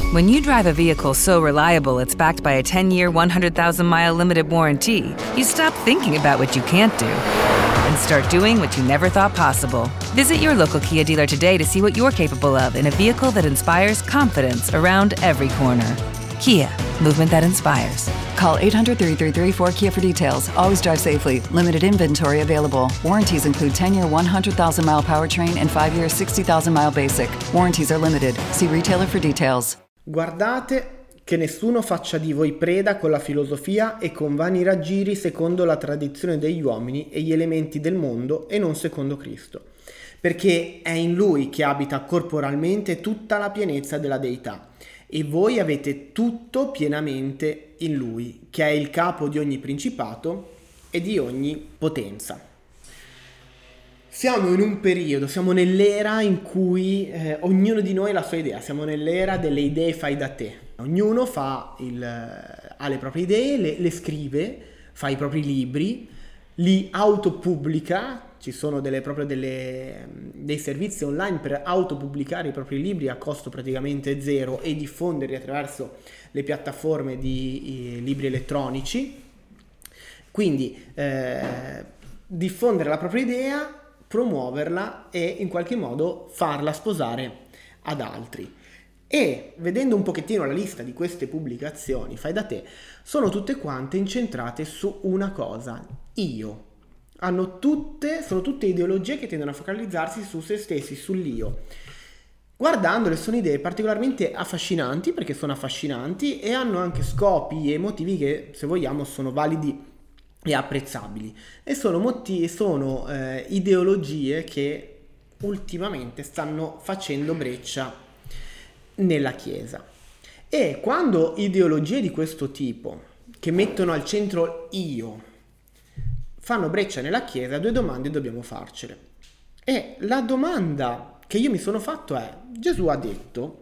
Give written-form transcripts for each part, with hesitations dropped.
When you drive a vehicle so reliable it's backed by a 10-year, 100,000-mile limited warranty, you stop thinking about what you can't do and start doing what you never thought possible. Visit your local Kia dealer today to see what you're capable of in a vehicle that inspires confidence around every corner. Kia, movement that inspires. Call 800-333-4KIA for details. Always drive safely. Limited inventory available. Warranties include 10-year 100,000-mile powertrain and 5-year 60,000-mile basic. Warranties are limited. See retailer for details. Guardate che nessuno faccia di voi preda con la filosofia e con vani raggiri secondo la tradizione degli uomini e gli elementi del mondo e non secondo Cristo, perché è in Lui che abita corporalmente tutta la pienezza della Deità e voi avete tutto pienamente in Lui, che è il capo di ogni principato e di ogni potenza. Siamo in un periodo, siamo nell'era in cui ognuno di noi ha la sua idea, siamo nell'era delle idee fai da te. Ognuno ha le proprie idee, le scrive, fa i propri libri, li autopubblica, ci sono dei servizi online per autopubblicare i propri libri a costo praticamente zero e diffonderli attraverso le piattaforme di libri elettronici. Quindi diffondere la propria idea, promuoverla e in qualche modo farla sposare ad altri. E vedendo un pochettino la lista di queste pubblicazioni fai da te, sono tutte quante incentrate su una cosa: io. Sono tutte ideologie che tendono a focalizzarsi su se stessi, sull'io. Guardandole sono idee particolarmente affascinanti, perché sono affascinanti e hanno anche scopi e motivi che, se vogliamo, sono validi e apprezzabili. E sono ideologie che ultimamente stanno facendo breccia nella Chiesa. E quando ideologie di questo tipo, che mettono al centro io, fanno breccia nella Chiesa, due domande dobbiamo farcele. E la domanda che io mi sono fatto è: Gesù ha detto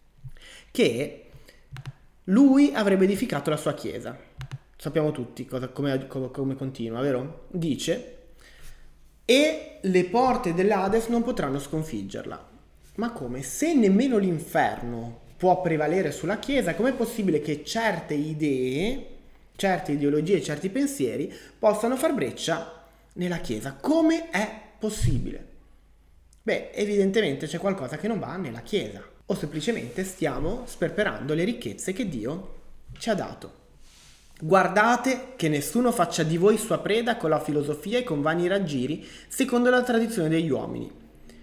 che lui avrebbe edificato la sua Chiesa. Sappiamo tutti come continua, vero? Dice: e le porte dell'Ades non potranno sconfiggerla. Ma come? Se nemmeno l'inferno può prevalere sulla Chiesa, com'è possibile che certe idee, certe ideologie, certi pensieri possano far breccia nella Chiesa? Come è possibile? Beh, evidentemente c'è qualcosa che non va nella Chiesa, o semplicemente stiamo sperperando le ricchezze che Dio ci ha dato. Guardate che nessuno faccia di voi sua preda con la filosofia e con vani raggiri secondo la tradizione degli uomini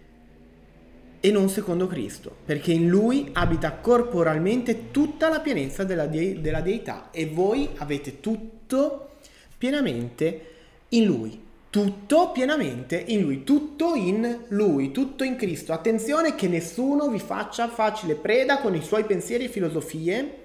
e non secondo Cristo, perché in Lui abita corporalmente tutta la pienezza della Deità e voi avete tutto pienamente in Lui. Tutto pienamente in Lui, tutto in Lui, tutto in Cristo. Attenzione che nessuno vi faccia facile preda con i suoi pensieri e filosofie,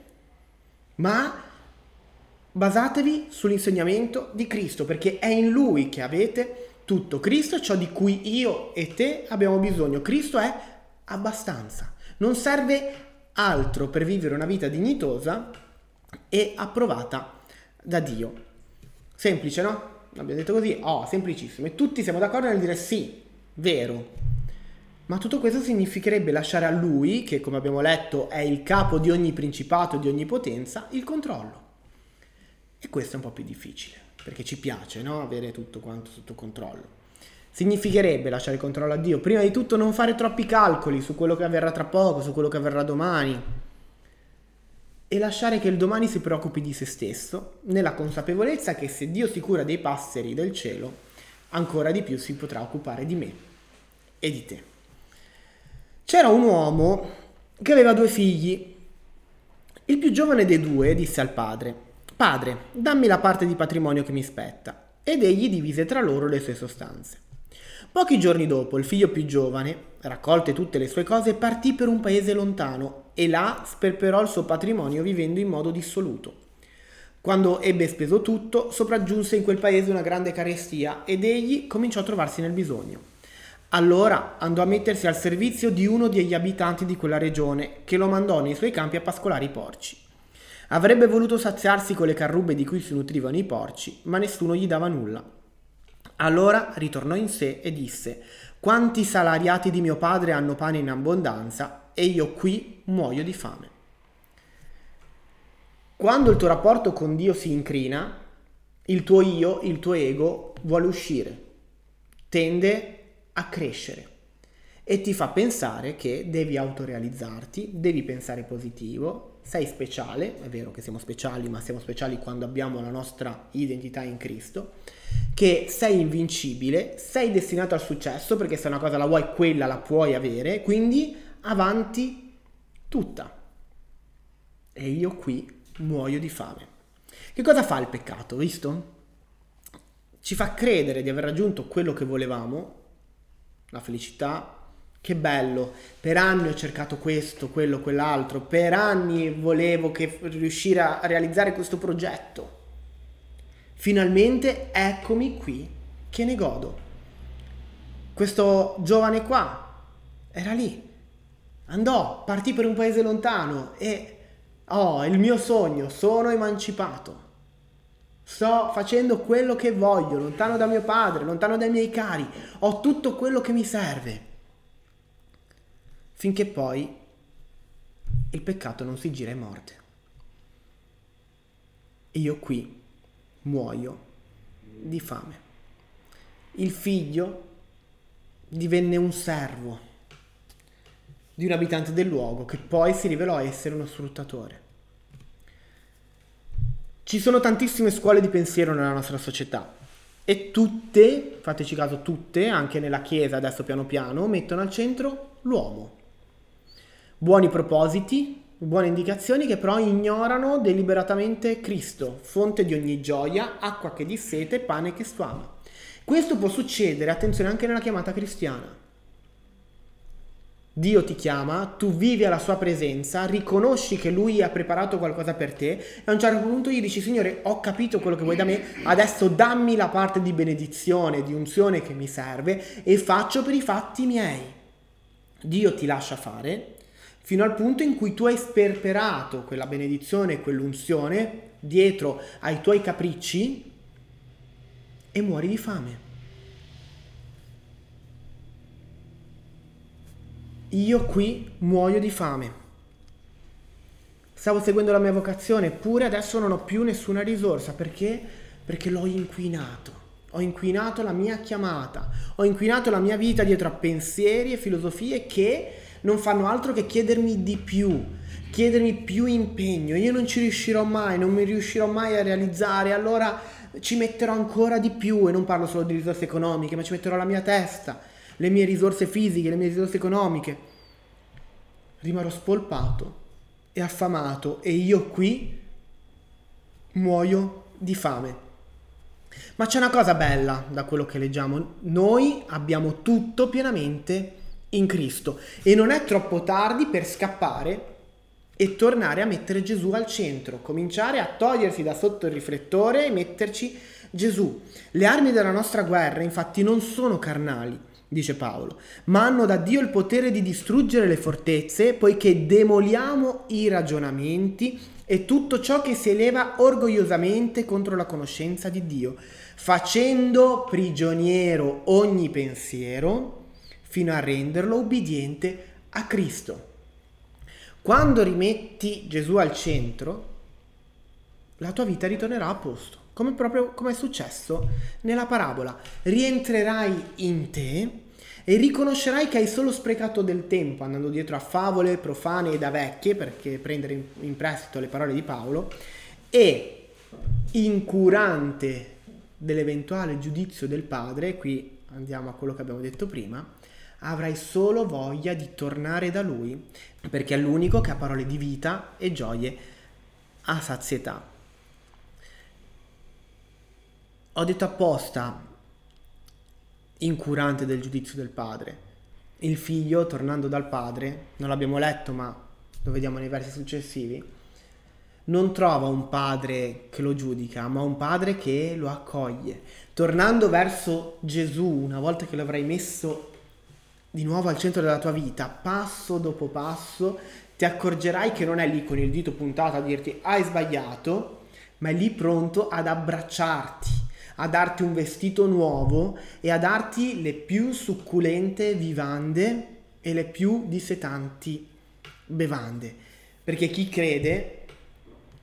ma basatevi sull'insegnamento di Cristo, perché è in Lui che avete tutto. Cristo è ciò di cui io e te abbiamo bisogno. Cristo è abbastanza. Non serve altro per vivere una vita dignitosa e approvata da Dio. Semplice, no? Abbiamo detto così? Oh, semplicissimo. E tutti siamo d'accordo nel dire sì, vero. Ma tutto questo significherebbe lasciare a Lui, che come abbiamo letto è il capo di ogni principato, di ogni potenza, il controllo. E questo è un po' più difficile, perché ci piace, no? Avere tutto quanto sotto controllo. Significherebbe lasciare il controllo a Dio. Prima di tutto non fare troppi calcoli su quello che avverrà tra poco, su quello che avverrà domani. E lasciare che il domani si preoccupi di se stesso, nella consapevolezza che se Dio si cura dei passeri del cielo, ancora di più si potrà occupare di me e di te. C'era un uomo che aveva 2 figli. Il più giovane dei 2 disse al padre: «Padre, dammi la parte di patrimonio che mi spetta». Ed egli divise tra loro le sue sostanze. Pochi giorni dopo, il figlio più giovane, raccolte tutte le sue cose, partì per un paese lontano e là sperperò il suo patrimonio vivendo in modo dissoluto. Quando ebbe speso tutto, sopraggiunse in quel paese una grande carestia ed egli cominciò a trovarsi nel bisogno. Allora andò a mettersi al servizio di uno degli abitanti di quella regione, che lo mandò nei suoi campi a pascolare i porci. Avrebbe voluto saziarsi con le carrubbe di cui si nutrivano i porci, ma nessuno gli dava nulla. Allora ritornò in sé e disse: «Quanti salariati di mio padre hanno pane in abbondanza e io qui muoio di fame». Quando il tuo rapporto con Dio si incrina, il tuo io, il tuo ego vuole uscire, tende a crescere e ti fa pensare che devi autorealizzarti, devi pensare positivo, sei speciale, è vero che siamo speciali, ma siamo speciali quando abbiamo la nostra identità in Cristo, che sei invincibile, sei destinato al successo perché se una cosa la vuoi, quella la puoi avere, quindi avanti tutta. E io qui muoio di fame. Che cosa fa il peccato, visto? Ci fa credere di aver raggiunto quello che volevamo, la felicità. Che bello, per anni ho cercato questo, quello, quell'altro, per anni volevo riuscire a realizzare questo progetto. Finalmente eccomi qui che ne godo. Questo giovane qua era lì, partì per un paese lontano e il mio sogno, sono emancipato. Sto facendo quello che voglio, lontano da mio padre, lontano dai miei cari, ho tutto quello che mi serve. Finché poi il peccato non si gira in morte. Io qui muoio di fame. Il figlio divenne un servo di un abitante del luogo che poi si rivelò essere uno sfruttatore. Ci sono tantissime scuole di pensiero nella nostra società e tutte, fateci caso tutte, anche nella Chiesa adesso piano piano, mettono al centro l'uomo. Buoni propositi, buone indicazioni che però ignorano deliberatamente Cristo, fonte di ogni gioia, acqua che dissete, pane che sfama. Questo può succedere, attenzione, anche nella chiamata cristiana. Dio ti chiama, tu vivi alla sua presenza, riconosci che Lui ha preparato qualcosa per te e a un certo punto gli dici: Signore, ho capito quello che vuoi da me, adesso dammi la parte di benedizione, di unzione che mi serve e faccio per i fatti miei. Dio ti lascia fare fino al punto in cui tu hai sperperato quella benedizione, quell'unzione dietro ai tuoi capricci e muori di fame. Io qui muoio di fame. Stavo seguendo la mia vocazione, eppure adesso non ho più nessuna risorsa. Perché? Perché l'ho inquinato. Ho inquinato la mia chiamata. Ho inquinato la mia vita dietro a pensieri e filosofie che non fanno altro che chiedermi di più, chiedermi più impegno. Io non ci riuscirò mai, non mi riuscirò mai a realizzare, allora ci metterò ancora di più, e non parlo solo di risorse economiche, ma ci metterò la mia testa, le mie risorse fisiche, le mie risorse economiche. Rimarrò spolpato e affamato e io qui muoio di fame. Ma c'è una cosa bella da quello che leggiamo: noi abbiamo tutto pienamente in Cristo e non è troppo tardi per scappare e tornare a mettere Gesù al centro, cominciare a togliersi da sotto il riflettore e metterci Gesù. Le armi della nostra guerra infatti non sono carnali, dice Paolo, ma hanno da Dio il potere di distruggere le fortezze, poiché demoliamo i ragionamenti e tutto ciò che si eleva orgogliosamente contro la conoscenza di Dio, facendo prigioniero ogni pensiero fino a renderlo ubbidiente a Cristo. Quando rimetti Gesù al centro, la tua vita ritornerà a posto, come è successo nella parabola. Rientrerai in te e riconoscerai che hai solo sprecato del tempo andando dietro a favole profane e da vecchie, perché prendere in prestito le parole di Paolo, e incurante dell'eventuale giudizio del Padre, qui andiamo a quello che abbiamo detto prima, avrai solo voglia di tornare da Lui, perché è l'unico che ha parole di vita e gioie a sazietà. Ho detto apposta incurante del giudizio del Padre. Il figlio, tornando dal padre, non l'abbiamo letto ma lo vediamo nei versi successivi, non trova un padre che lo giudica, ma un padre che lo accoglie. Tornando verso Gesù, una volta che lo avrai messo di nuovo al centro della tua vita, passo dopo passo, ti accorgerai che non è lì con il dito puntato a dirti hai sbagliato, ma è lì pronto ad abbracciarti, a darti un vestito nuovo e a darti le più succulente vivande e le più dissetanti bevande. Perché chi crede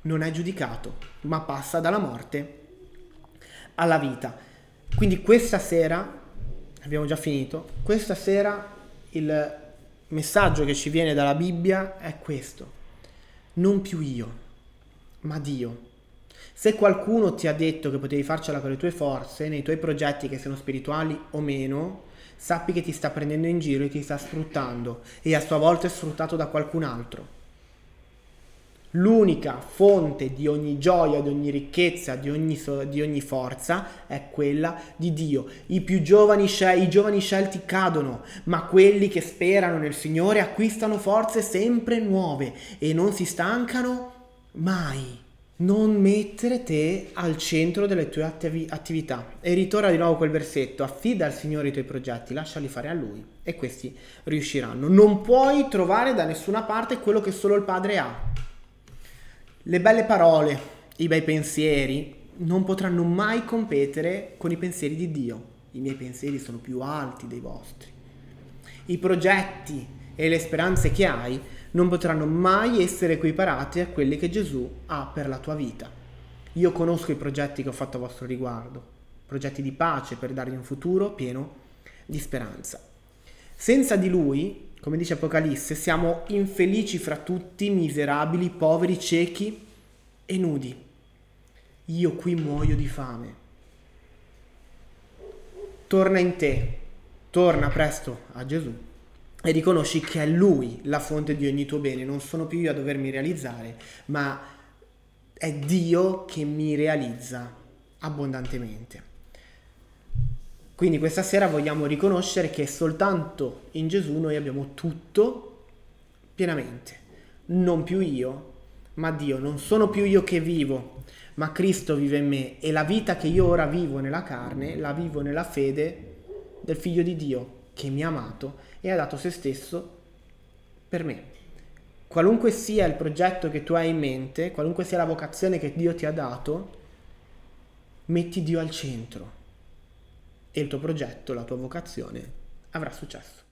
non è giudicato, ma passa dalla morte alla vita. Quindi questa sera, abbiamo già finito, questa sera il messaggio che ci viene dalla Bibbia è questo: non più io, ma Dio. Se qualcuno ti ha detto che potevi farcela con le tue forze, nei tuoi progetti che siano spirituali o meno, sappi che ti sta prendendo in giro e ti sta sfruttando, e a sua volta è sfruttato da qualcun altro. L'unica fonte di ogni gioia, di ogni ricchezza, di ogni forza è quella di Dio. I giovani scelti cadono, ma quelli che sperano nel Signore acquistano forze sempre nuove e non si stancano mai. Non mettere te al centro delle tue attività. E ritorna di nuovo quel versetto: affida al Signore i tuoi progetti, lasciali fare a Lui e questi riusciranno. Non puoi trovare da nessuna parte quello che solo il Padre ha. Le belle parole, i bei pensieri non potranno mai competere con i pensieri di Dio. I miei pensieri sono più alti dei vostri. I progetti e le speranze che hai non potranno mai essere equiparati a quelli che Gesù ha per la tua vita. Io conosco i progetti che ho fatto a vostro riguardo, progetti di pace per dargli un futuro pieno di speranza. Senza di Lui, come dice Apocalisse, siamo infelici fra tutti, miserabili, poveri, ciechi e nudi. Io qui muoio di fame. Torna in te, torna presto a Gesù e riconosci che è Lui la fonte di ogni tuo bene. Non sono più io a dovermi realizzare, ma è Dio che mi realizza abbondantemente. Quindi questa sera vogliamo riconoscere che soltanto in Gesù noi abbiamo tutto pienamente. Non più io, ma Dio. Non sono più io che vivo, ma Cristo vive in me, e la vita che io ora vivo nella carne la vivo nella fede del Figlio di Dio che mi ha amato e ha dato se stesso per me. Qualunque sia il progetto che tu hai in mente, qualunque sia la vocazione che Dio ti ha dato, metti Dio al centro e il tuo progetto, la tua vocazione avrà successo.